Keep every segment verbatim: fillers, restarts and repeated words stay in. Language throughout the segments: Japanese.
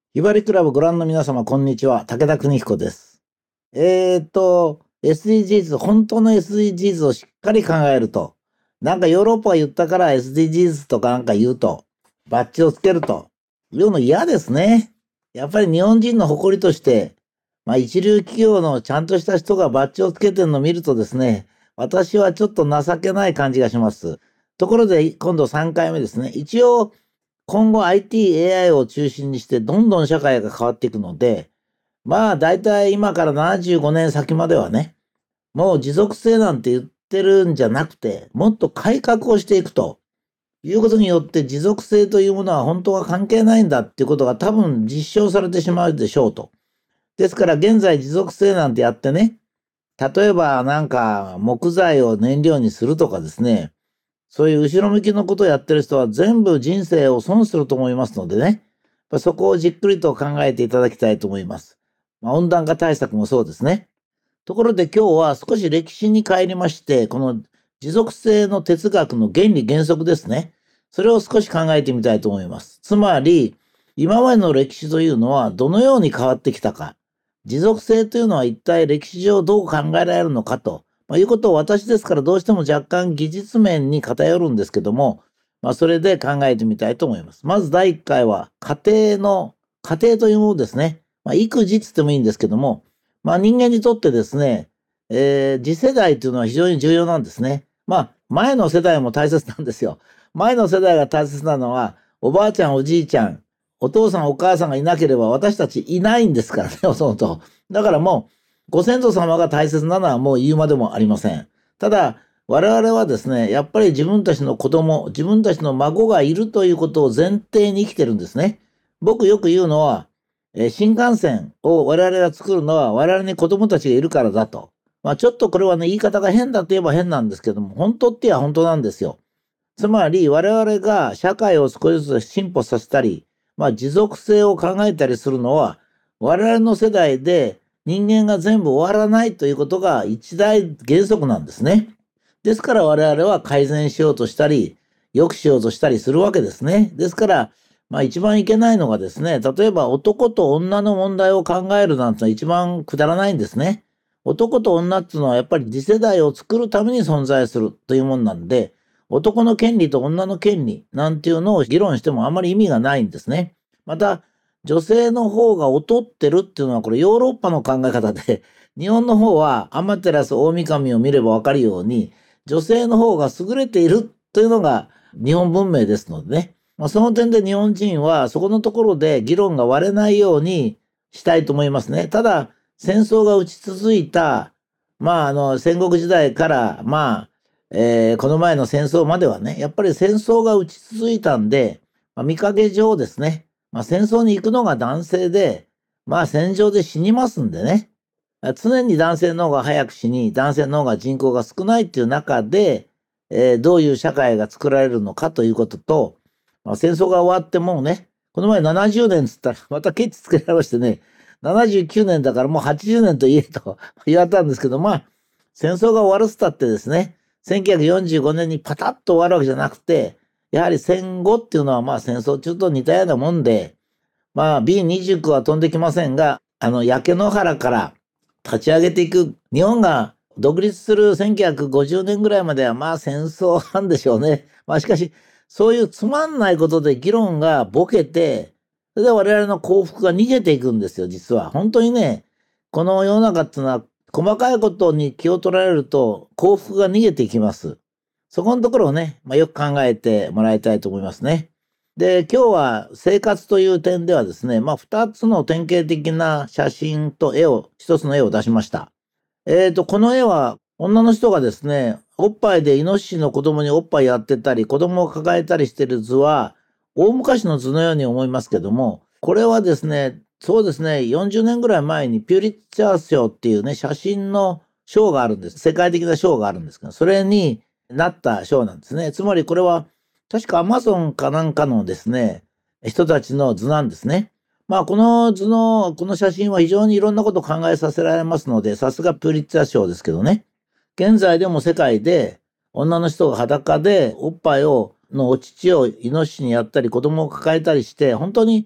ひばりクラブご覧の皆様、こんにちは。武田邦彦です。えーっと、エスディージーズ、本当の エスディージーズ をしっかり考えると、なんかヨーロッパが言ったから エスディージーズ とかなんか言うと、バッジをつけるというの嫌ですね。やっぱり日本人の誇りとして、まあ一流企業のちゃんとした人がバッジをつけてるのを見るとですね、私はちょっと情けない感じがします。ところで、今度さんかいめですね。一応、今後 アイティー、エーアイ を中心にしてどんどん社会が変わっていくので、まあ大体今からななじゅうごねん先まではね、もう持続性なんて言ってるんじゃなくて、もっと改革をしていくということによって持続性というものは本当は関係ないんだっていうことが多分実証されてしまうでしょうと。ですから現在持続性なんてやってね、例えばなんか木材を燃料にするとかですね、そういう後ろ向きのことをやってる人は全部人生を損すると思いますのでね、そこをじっくりと考えていただきたいと思います。まあ、温暖化対策もそうですね。ところで今日は少し歴史に帰りまして、この持続性の哲学の原理原則ですね。それを少し考えてみたいと思います。つまり、今までの歴史というのはどのように変わってきたか。持続性というのは一体歴史上どう考えられるのかと、まあ、いうことを私ですからどうしても若干技術面に偏るんですけども、まあ、それで考えてみたいと思います。まずだいいっかいは家庭の、家庭というものですね。まあ、育児って言ってもいいんですけども、まあ、人間にとってですね、えー次世代というのは非常に重要なんですね。まあ、前の世代も大切なんですよ。前の世代が大切なのは、おばあちゃん、おじいちゃん、お父さん、お母さんがいなければ私たちいないんですからね、そのと。だからもう、ご先祖様が大切なのはもう言うまでもありません。ただ、我々はですね、やっぱり自分たちの子供、自分たちの孫がいるということを前提に生きてるんですね。僕よく言うのは、えー新幹線を我々が作るのは我々に子供たちがいるからだと。まあちょっとこれはね、言い方が変だと言えば変なんですけども、本当って言えば本当なんですよ。つまり我々が社会を少しずつ進歩させたり、まあ持続性を考えたりするのは、我々の世代で人間が全部終わらないということが一大原則なんですね。ですから我々は改善しようとしたり、良くしようとしたりするわけですね。ですから、まあ一番いけないのがですね、例えば男と女の問題を考えるなんてのは一番くだらないんですね。男と女っていうのはやっぱり次世代を作るために存在するというもんなんで、男の権利と女の権利なんていうのを議論してもあまり意味がないんですね。また、女性の方が劣ってるっていうのはこれヨーロッパの考え方で、日本の方はアマテラス大神を見ればわかるように、女性の方が優れているというのが日本文明ですのでね。まあ、その点で日本人はそこのところで議論が割れないようにしたいと思いますね。ただ、戦争が打ち続いた、まあ、あの、戦国時代から、まあ、えーこの前の戦争まではね、やっぱり戦争が打ち続いたんで、まあ、見かけ上ですね、まあ、戦争に行くのが男性で、まあ戦場で死にますんでね、常に男性の方が早く死に、男性の方が人口が少ないっていう中で、えーどういう社会が作られるのかということと、まあ、戦争が終わってもうね、この前ななじゅうねんっつったら、またケチつけられましてね、ななじゅうきゅうねんだからもうはちじゅうねんと言えと言われたんですけど、まあ、戦争が終わるっつったってですね、せんきゅうひゃくよんじゅうごねんにパタッと終わるわけじゃなくて、やはり戦後っていうのはまあ戦争中と似たようなもんで、まあ ビーにじゅうきゅう は飛んできませんが、あの焼け野原から立ち上げていく、日本が独立するせんきゅうひゃくごじゅうねんぐらいまではまあ戦争なんでしょうね。まあしかし、そういうつまんないことで議論がボケて、それで我々の幸福が逃げていくんですよ、実は。本当にね、この世の中っていうのは細かいことに気を取られると幸福が逃げていきます。そこのところをね、まあ、よく考えてもらいたいと思いますね。で、今日は生活という点ではですね、まあ、二つの典型的な写真と絵を、一つの絵を出しました。えーと、この絵は女の人がですね、おっぱいでイノシシの子供におっぱいやってたり、子供を抱えたりしてる図は、大昔の図のように思いますけども、これはですね、そうですね、よんじゅうねんぐらい前にピューリッツァー賞っていうね、写真の賞があるんです。世界的な賞があるんですけど、それになった賞なんですね。つまりこれは、確かアマゾンかなんかのですね、人たちの図なんですね。まあ、この図の、この写真は非常にいろんなことを考えさせられますので、さすがプリッツァー賞ですけどね。現在でも世界で女の人が裸でおっぱいを、のお乳をイノシシにやったり子供を抱えたりして、本当に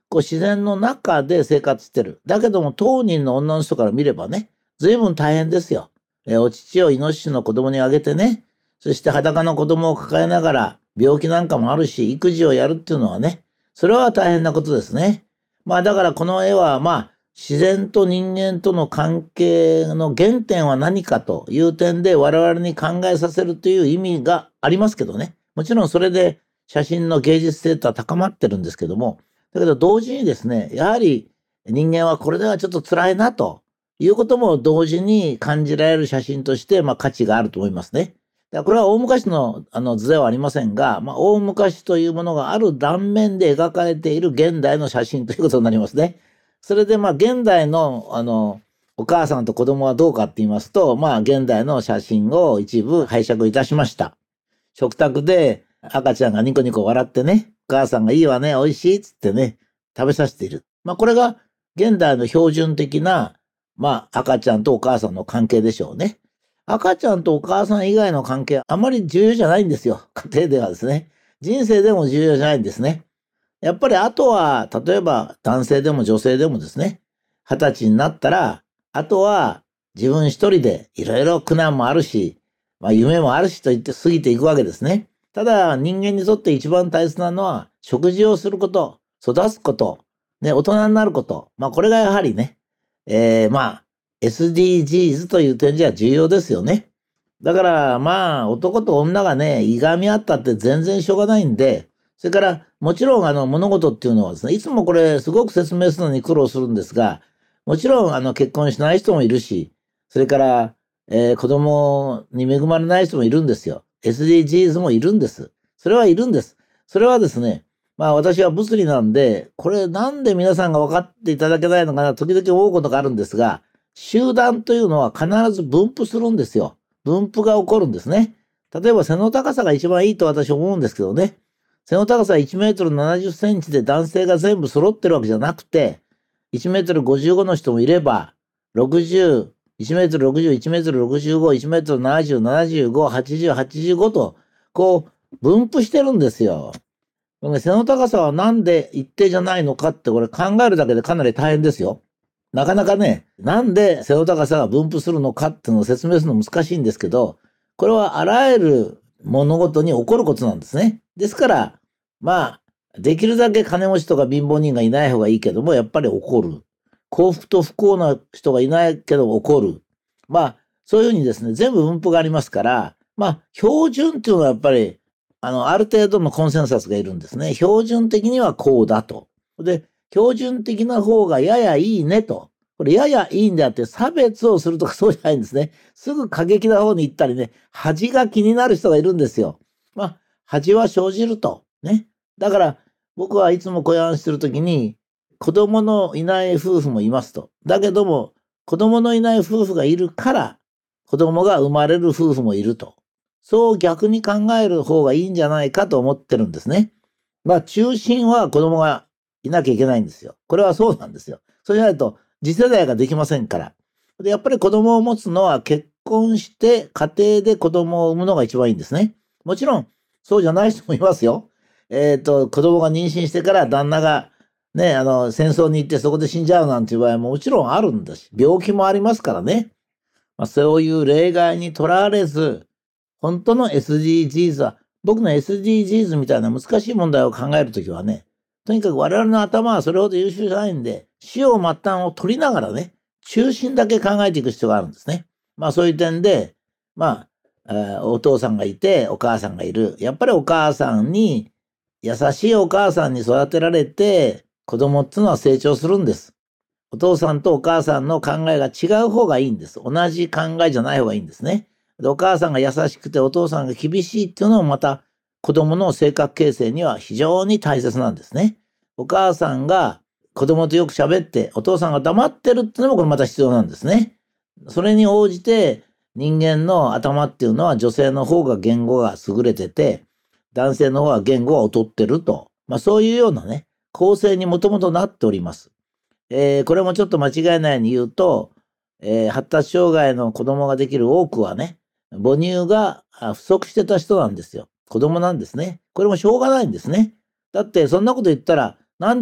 こう自然の中で生活してる。だけども当人の女の人から見ればね、随分大変ですよ。えお乳をイノシシの子供にあげてね、そして裸の子供を抱えながら病気なんかもあるし、育児をやるっていうのはね、それは大変なことですね。まあだからこの絵はまあ自然と人間との関係の原点は何かという点で我々に考えさせるという意味がありますけどね。もちろんそれで写真の芸術性とは高まってるんですけども、だけど同時にですね、やはり人間はこれではちょっと辛いなということも同時に感じられる写真として、まあ価値があると思いますね。だからこれは大昔のあの図ではありませんが、まあ、大昔というものがある断面で描かれている現代の写真ということになりますね。それでまあ現代のあのお母さんと子供はどうかって言いますと、まあ現代の写真を一部拝借いたしました。食卓で赤ちゃんがニコニコ笑ってね、お母さんがいいわね、美味しいっつってね、食べさせている。まあこれが現代の標準的な、まあ赤ちゃんとお母さんの関係でしょうね。赤ちゃんとお母さん以外の関係あまり重要じゃないんですよ。家庭ではですね。人生でも重要じゃないんですね。やっぱりあとは、例えば男性でも女性でもですね、二十歳になったら、あとは自分一人でいろいろ苦難もあるし、まあ夢もあるしと言って過ぎていくわけですね。ただ人間にとって一番大切なのは、食事をすること、育つこと、ね、大人になること。まあこれがやはりね、えー、まあ エスディージーズ という点じゃ重要ですよね。だからまあ男と女がね、いがみ合ったって全然しょうがないんで、それからもちろんあの物事っていうのはですね、いつもこれすごく説明するのに苦労するんですが、もちろんあの結婚しない人もいるし、それから、えー子供に恵まれない人もいるんですよ。エスディージーズ もいるんです。それはいるんです。それはですね、まあ私は物理なんで、これなんで皆さんが分かっていただけないのかな、時々思うことがあるんですが、集団というのは必ず分布するんですよ。分布が起こるんですね。例えば背の高さが一番いいと私は思うんですけどね。背の高さはいちメートルななじゅっセンチで男性が全部揃ってるわけじゃなくて、いちメートルごじゅうごの人もいれば、ろくじゅう、いちメートルろくじゅう、いちメートルろくじゅうご、いちメートルななじゅう、ななじゅうご、はちじゅう、はちじゅうごと、こう、分布してるんですよ。この背の高さはなんで一定じゃないのかってこれ考えるだけでかなり大変ですよ。なかなかね、なんで背の高さが分布するのかっていうのを説明するの難しいんですけど、これはあらゆる物事に起こることなんですね。ですから、まあ、できるだけ金持ちとか貧乏人がいない方がいいけども、やっぱり起こる。幸福と不幸な人がいないけど起こる。まあ、そういうふうにですね、全部分布がありますから、まあ、標準っていうのはやっぱり、あの、ある程度のコンセンサスがいるんですね。標準的にはこうだと。で、標準的な方がややいいねと。これややいいんであって差別をするとかそうじゃないんですね。すぐ過激な方に行ったりね、恥が気になる人がいるんですよ。まあ、恥は生じると。ね。だから僕はいつもこういう話するときに、子供のいない夫婦もいますと。だけども、子供のいない夫婦がいるから、子供が生まれる夫婦もいると。そう逆に考える方がいいんじゃないかと思ってるんですね。まあ、中心は子供がいなきゃいけないんですよ。これはそうなんですよ。そうじゃないと、次世代ができませんから。で、やっぱり子供を持つのは結婚して家庭で子供を産むのが一番いいんですね。もちろん、そうじゃない人もいますよ。えっと、子供が妊娠してから旦那がね、あの、戦争に行ってそこで死んじゃうなんていう場合ももちろんあるんだし、病気もありますからね。まあ、そういう例外にとらわれず、本当の エスディージーズ は、僕の エスディージーズ みたいな難しい問題を考えるときはね、とにかく我々の頭はそれほど優秀じゃないんで、死を末端を取りながらね、中心だけ考えていく必要があるんですね。まあそういう点で、まあ、えーお父さんがいて、お母さんがいる。やっぱりお母さんに、優しいお母さんに育てられて、子供っていうのは成長するんです。お父さんとお母さんの考えが違う方がいいんです。同じ考えじゃない方がいいんですね。で、お母さんが優しくてお父さんが厳しいっていうのもまた子供の性格形成には非常に大切なんですね。お母さんが子供とよく喋ってお父さんが黙ってるっていうのもこれまた必要なんですね。それに応じて人間の頭っていうのは女性の方が言語が優れてて男性の方は言語が劣ってると。まあそういうようなね、構成にもともとなっております。えーこれもちょっと間違いないように言うと、えー発達障害の子供ができる多くはね、母乳があ不足してた人なんですよ。子供なんですね。これもしょうがないんですね。だってそんなこと言ったら、なんで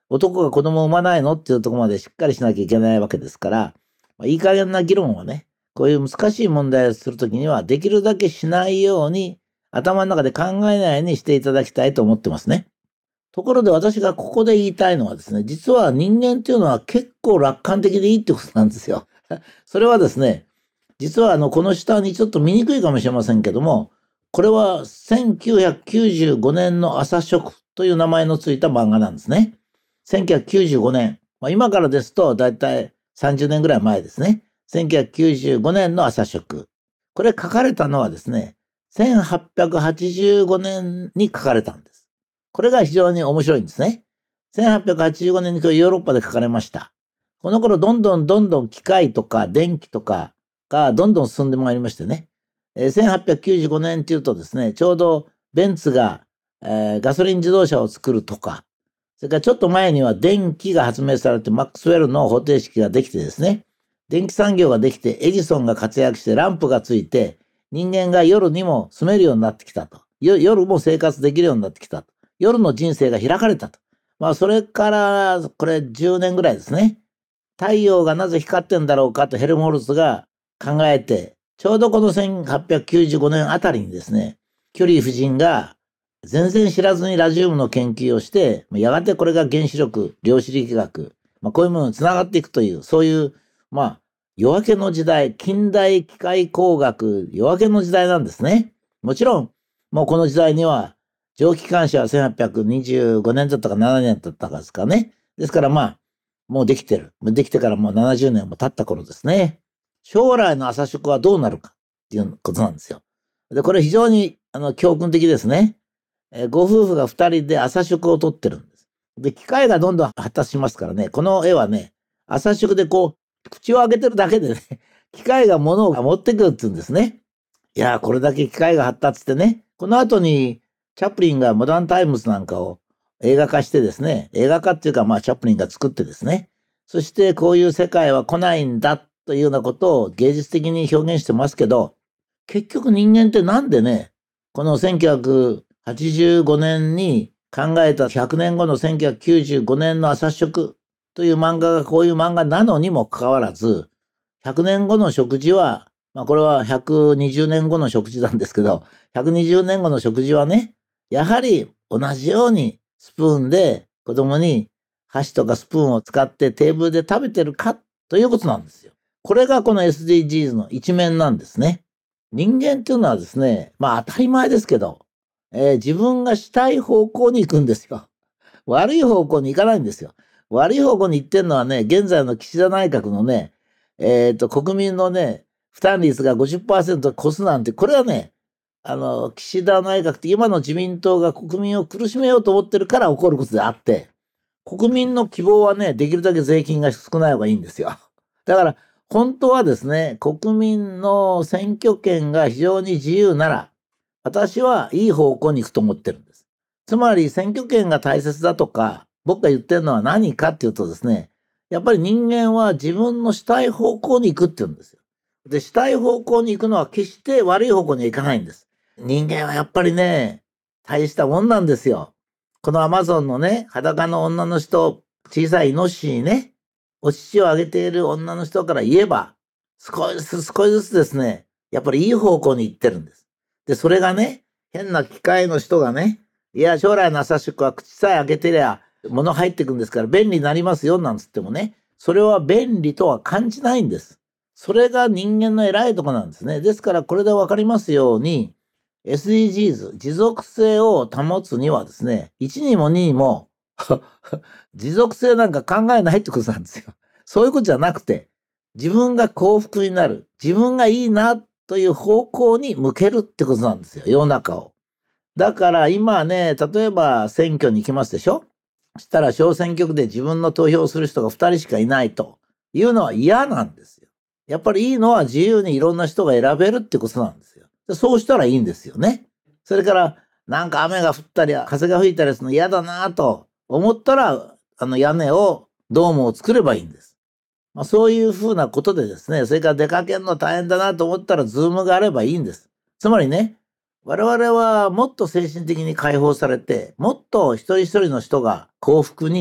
男が子供を産まないのっていうところまでしっかりしなきゃいけないわけですから、まあ、いい加減な議論をね、こういう難しい問題をするときには、できるだけしないように、頭の中で考えないようにしていただきたいと思ってますね。ところで私がここで言いたいのはですね、実は人間っていうのは結構楽観的でいいってことなんですよ。それはですね、実はあの、この下にちょっと見にくいかもしれませんけども、これはせんきゅうひゃくきゅうじゅうごねんの朝食という名前のついた漫画なんですね。せんきゅうひゃくきゅうじゅうごねん。まあ、今からですとだいたいさんじゅうねんぐらい前ですね。せんきゅうひゃくきゅうじゅうごねんの朝食。これ書かれたのはですね、せんはっぴゃくはちじゅうごねんに書かれたんです。これが非常に面白いんですね。せんはっぴゃくはちじゅうごねんにヨーロッパで書かれました。この頃どんどんどんどん機械とか電気とかがどんどん進んでまいりましてね。えー、せんはっぴゃくきゅうじゅうごねんっていうとですね、ちょうどベンツが、えー、ガソリン自動車を作るとか、それからちょっと前には電気が発明されてマックスウェルの方程式ができてですね、電気産業ができてエジソンが活躍してランプがついて人間が夜にも住めるようになってきたと。夜も生活できるようになってきたと。夜の人生が開かれたと。まあそれからこれじゅうねんぐらいですね。太陽がなぜ光ってんだろうかとヘルムホルツが考えて、ちょうどこのせんはっぴゃくきゅうじゅうごねんあたりにですね、キュリー夫人が全然知らずにラジウムの研究をして、やがてこれが原子力、量子力学、まあ、こういうものにつながっていくという、そういう、まあ、夜明けの時代、近代機械工学、夜明けの時代なんですね。もちろん、もうこの時代には、蒸気機関車はせんはっぴゃくにじゅうごねんだったかななねんだったかですかね。ですからまあ、もうできてる。できてからもうななじゅうねんも経った頃ですね。将来の朝食はどうなるかっていうことなんですよ。で、これ非常にあの教訓的ですね。えー、ご夫婦がふたりで朝食をとってるんです。で、機械がどんどん発達しますからね、この絵はね、朝食でこう、口を開けてるだけでね、機械が物を持ってくるって言うんですね。いやー、これだけ機械が発達してね、この後にチャップリンがモダンタイムズなんかを映画化してですね、映画化っていうか、まあ、チャップリンが作ってですね、そしてこういう世界は来ないんだというようなことを芸術的に表現してますけど、結局人間ってなんでね、このせんきゅうひゃくはちじゅうごねんに考えたひゃくねんごのせんきゅうひゃくきゅうじゅうごねんの朝食という漫画がこういう漫画なのにもかかわらず、ひゃくねんごの食事は、まあこれはひゃくにじゅうねんごの食事なんですけど、ひゃくにじゅうねんごの食事はね、やはり同じようにスプーンで子供に箸とかスプーンを使ってテーブルで食べてるかということなんですよ。これがこの エスディージーズ の一面なんですね。人間っていうのはですね、まあ当たり前ですけど、えー、自分がしたい方向に行くんですよ。悪い方向に行かないんですよ。悪い方向に行ってんのはね、現在の岸田内閣のね、えっと、国民のね、負担率が ごじゅっパーセント 越すなんて、これはね、あの、岸田内閣って今の自民党が国民を苦しめようと思ってるから起こることであって、国民の希望はね、できるだけ税金が少ない方がいいんですよ。だから、本当はですね、国民の選挙権が非常に自由なら、私はいい方向に行くと思ってるんです。つまり、選挙権が大切だとか、僕が言ってるのは何かっていうとですね、やっぱり人間は自分のしたい方向に行くって言うんですよ。で、したい方向に行くのは決して悪い方向には行かないんです。人間はやっぱりね、大したもんなんですよ。このアマゾンのね、裸の女の人、小さいイノシシにね、お乳をあげている女の人から言えば、少しずつ少しずつですね、やっぱりいい方向に行ってるんです。で、それがね、変な機械の人がね、いや、将来の朝食は口さえ開けてりゃ、物入ってくんですから便利になりますよ、なんつってもね、それは便利とは感じないんです。それが人間の偉いとこなんですね。ですから、これでわかりますように、エスディージーズ、持続性を保つにはですね、いちにもににも持続性なんか考えないってことなんですよ。そういうことじゃなくて、自分が幸福になる、自分がいいなという方向に向けるってことなんですよ、世の中を。だから今ね、例えば選挙に行きますでしょ。そしたら小選挙区で自分の投票する人がふたりしかいないというのは嫌なんですよ。やっぱりいいのは自由にいろんな人が選べるってことなんですよ。そうしたらいいんですよね。それからなんか雨が降ったり風が吹いたりするの嫌だなと思ったら、あの屋根をドームを作ればいいんです。まあ、そういうふうなことでですね、それから出かけるの大変だなと思ったらズームがあればいいんです。つまりね、我々はもっと精神的に解放されて、もっと一人一人の人が幸福に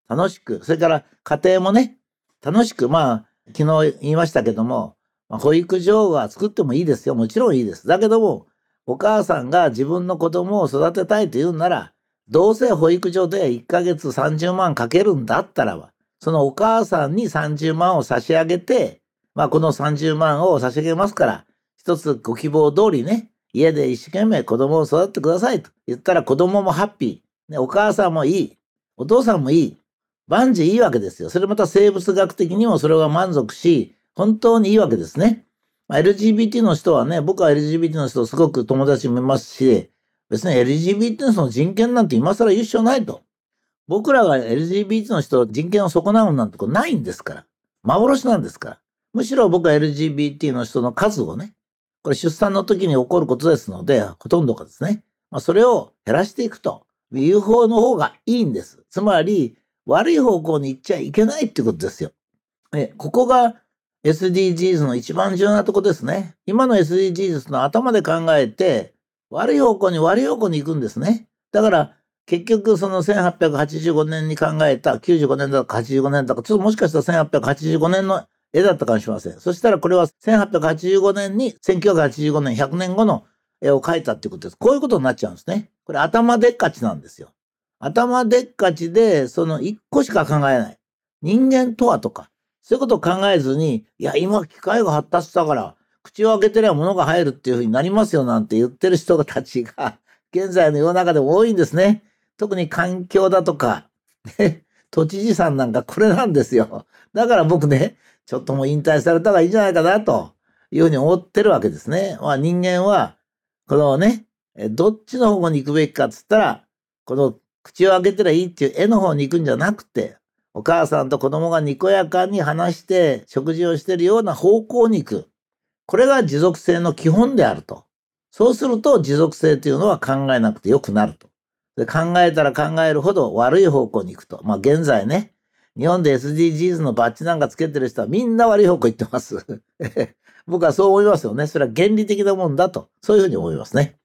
楽しく、それから家庭もね、楽しく、まあ、昨日言いましたけども、まあ、保育所は作ってもいいですよ。もちろんいいです。だけども、お母さんが自分の子供を育てたいと言うなら、どうせ保育所でいっかげつさんじゅうまんかけるんだったらば、そのお母さんにさんじゅうまんを差し上げて、まあこのさんじゅうまんを差し上げますから、一つご希望通りね、家で一生懸命子供を育ててくださいと言ったら子供もハッピー、ね、お母さんもいい、お父さんもいい、万事いいわけですよ。それまた生物学的にもそれは満足し、本当にいいわけですね。まあ、エルジービーティー の人はね、僕は エルジービーティー の人すごく友達もいますし、別に エルジービーティー の人の人権なんて今更言う必要ないと。僕らが エルジービーティー の人人権を損なうなんてことないんですから。幻なんですから。むしろ僕は エルジービーティー の人の数をね、これ出産の時に起こることですので、ほとんどがですね、まあ、それを減らしていくという方の方がいいんです。つまり、悪い方向に行っちゃいけないっていうことですよ。え、ここが エスディージーズ の一番重要なとこですね。今の エスディージーズ の頭で考えて、悪い方向に悪い方向に行くんですね。だから、結局そのせんはっぴゃくはちじゅうごねんに考えたきゅうじゅうごねんだとかはちじゅうごねんだとか、ちょっともしかしたらせんはっぴゃくはちじゅうごねんの絵だったかもしれません。そしたらこれはせんはっぴゃくはちじゅうごねんにせんきゅうひゃくはちじゅうごねん、ひゃくねんごの絵を描いたっていうことです。こういうことになっちゃうんですね。これ頭でっかちなんですよ。頭でっかちで、その一個しか考えない。人間とはとか、そういうことを考えずに、いや、今機械が発達したから、口を開けてりゃ物が入るっていうふうになりますよなんて言ってる人たちが、現在の世の中でも多いんですね。特に環境だとか、ね、都知事さんなんかこれなんですよ。だから僕ね、ちょっともう引退された方がいいんじゃないかな、というふうに思ってるわけですね。まあ人間は、このね、どっちの方向に行くべきかっつったら、この口を開けてりゃいいっていう絵の方に行くんじゃなくて、お母さんと子供がにこやかに話して食事をしているような方向に行く。これが持続性の基本であると。そうすると持続性というのは考えなくてよくなると。で考えたら考えるほど悪い方向に行くと。まあ現在ね、日本で エスディージーズ のバッジなんかつけてる人はみんな悪い方向行ってます。僕はそう思いますよね。それは原理的なもんだと。そういうふうに思いますね。